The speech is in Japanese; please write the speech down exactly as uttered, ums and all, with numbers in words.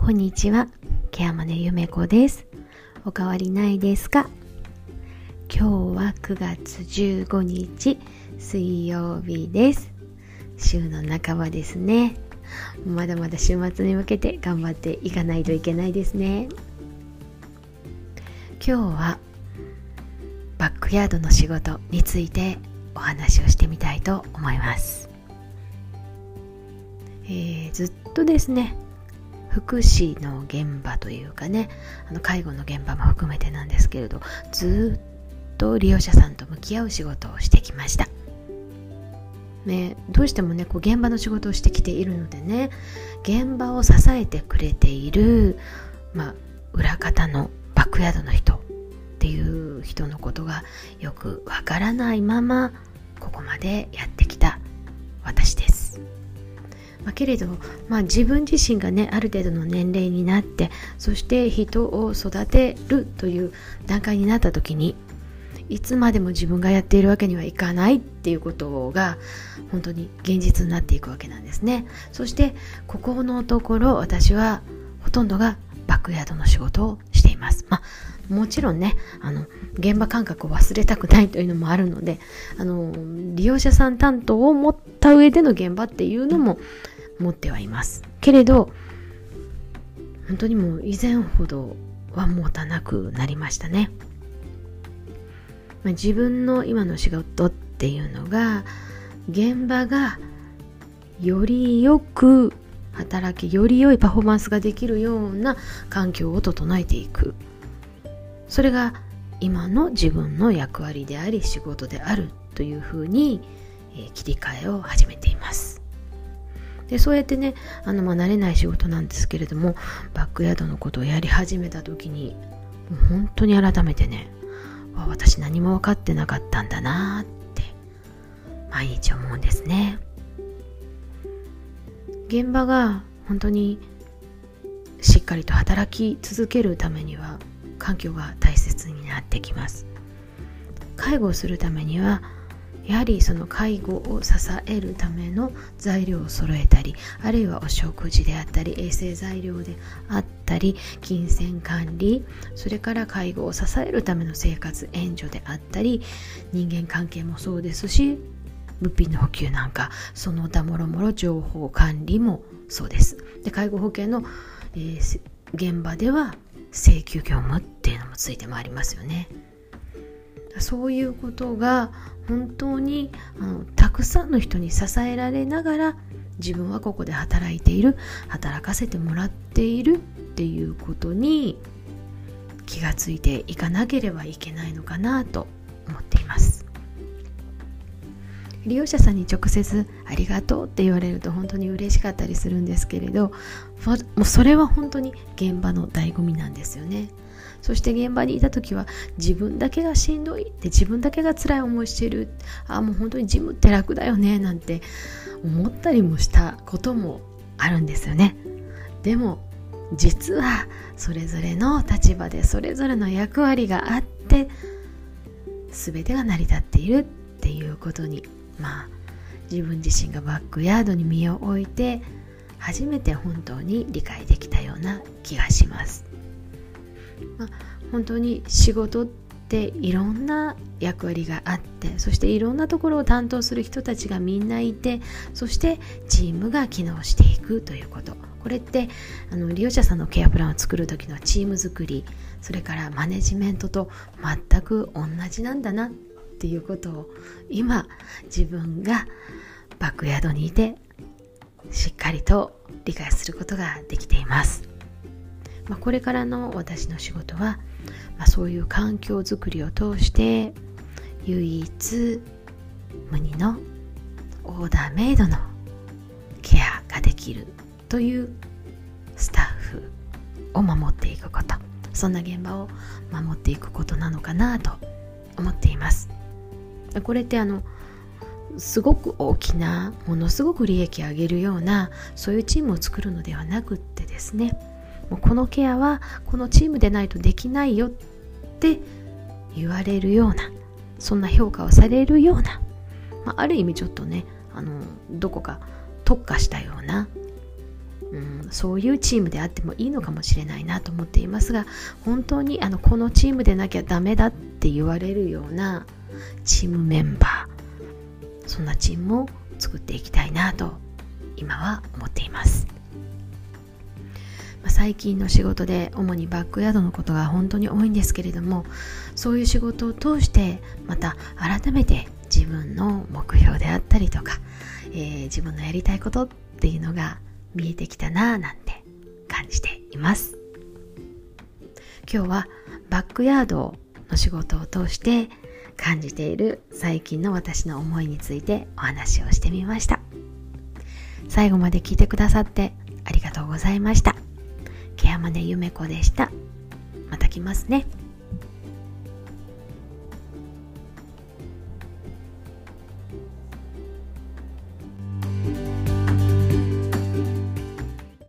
こんにちは、ケアマネゆめこです。お変わりないですか？今日はくがつじゅうごにち水曜日です。週の半ばですね。まだまだ週末に向けて頑張っていかないといけないですね。今日はバックヤードの仕事についてお話をしてみたいと思います。えー、ずっとですね、福祉の現場というかね、あの介護の現場も含めてなんですけれど、ずっと利用者さんと向き合う仕事をしてきました。ね、どうしてもね、こう現場の仕事をしてきているのでね、現場を支えてくれている、まあ、裏方のバックヤードの人っていう人のことがよくわからないままここまでやってきた私です。まあ、けれど、まあ、自分自身がね、ある程度の年齢になって、そして人を育てるという段階になった時に、いつまでも自分がやっているわけにはいかないっていうことが本当に現実になっていくわけなんですね。そしてここのところ私はほとんどがバックヤードの仕事をしています。まあ、もちろんね、あの現場感覚を忘れたくないというのもあるので、あの利用者さん担当を持った上での現場っていうのも持ってはいますけれど、本当にもう以前ほどは持たなくなりましたね。まあ、自分の今の仕事っていうのが、現場がよりよく働き、より良いパフォーマンスができるような環境を整えていく、それが今の自分の役割であり仕事であるというふうに、えー、切り替えを始めています。でそうやってね、あの、まあ、慣れない仕事なんですけれども、バックヤードのことをやり始めた時にもう本当に改めてね、私何も分かってなかったんだなって毎日思うんですね。現場が本当にしっかりと働き続けるためには環境が大切になってきます。介護をするためにはやはりその介護を支えるための材料を揃えたり、あるいはお食事であったり衛生材料であったり金銭管理、それから介護を支えるための生活援助であったり、人間関係もそうですし、物品の補給なんかその他もろもろ情報管理もそうです。で介護保険の、えー、現場では請求業務っていうのもついてまいりますよね。そういうことが本当にあのたくさんの人に支えられながら、自分はここで働いている、働かせてもらっているっていうことに気がついていかなければいけないのかなと思っています。利用者さんに直接ありがとうって言われると本当に嬉しかったりするんですけれど、もうそれは本当に現場の醍醐味なんですよね。そして現場にいた時は自分だけがしんどいって、自分だけが辛い思いしてる、あもう本当に事務って楽だよねなんて思ったりもしたこともあるんですよね。でも実はそれぞれの立場でそれぞれの役割があって、全てが成り立っているっていうことに、まあ自分自身がバックヤードに身を置いて初めて本当に理解できたような気がします。まあ、本当に仕事っていろんな役割があって、そしていろんなところを担当する人たちがみんないて、そしてチームが機能していくということ、これってあの利用者さんのケアプランを作る時のチーム作り、それからマネジメントと全く同じなんだなっていうことを今自分がバックヤードにいてしっかりと理解することができています。まあ、これからの私の仕事は、まあ、そういう環境づくりを通して唯一無二のオーダーメイドのケアができるというスタッフを守っていくこと、そんな現場を守っていくことなのかなと思っています。これってあのすごく大きな、ものすごく利益を上げるようなそういうチームを作るのではなくってですね、もうこのケアはこのチームでないとできないよって言われるような、そんな評価をされるような、まあ、ある意味ちょっとね、あのどこか特化したようなうん、そういうチームであってもいいのかもしれないなと思っていますが、本当にあのこのチームでなきゃダメだって言われるようなチームメンバー、そんなチームを作っていきたいなと今は思っています。まあ、最近の仕事で主にバックヤードのことが本当に多いんですけれども、そういう仕事を通してまた改めて自分の目標であったりとか、えー、自分のやりたいことっていうのが見えてきたなぁなんて感じています。今日はバックヤードの仕事を通して感じている最近の私の思いについてお話をしてみました。最後まで聞いてくださってありがとうございました。ケアマネゆめこでした。また来ますね。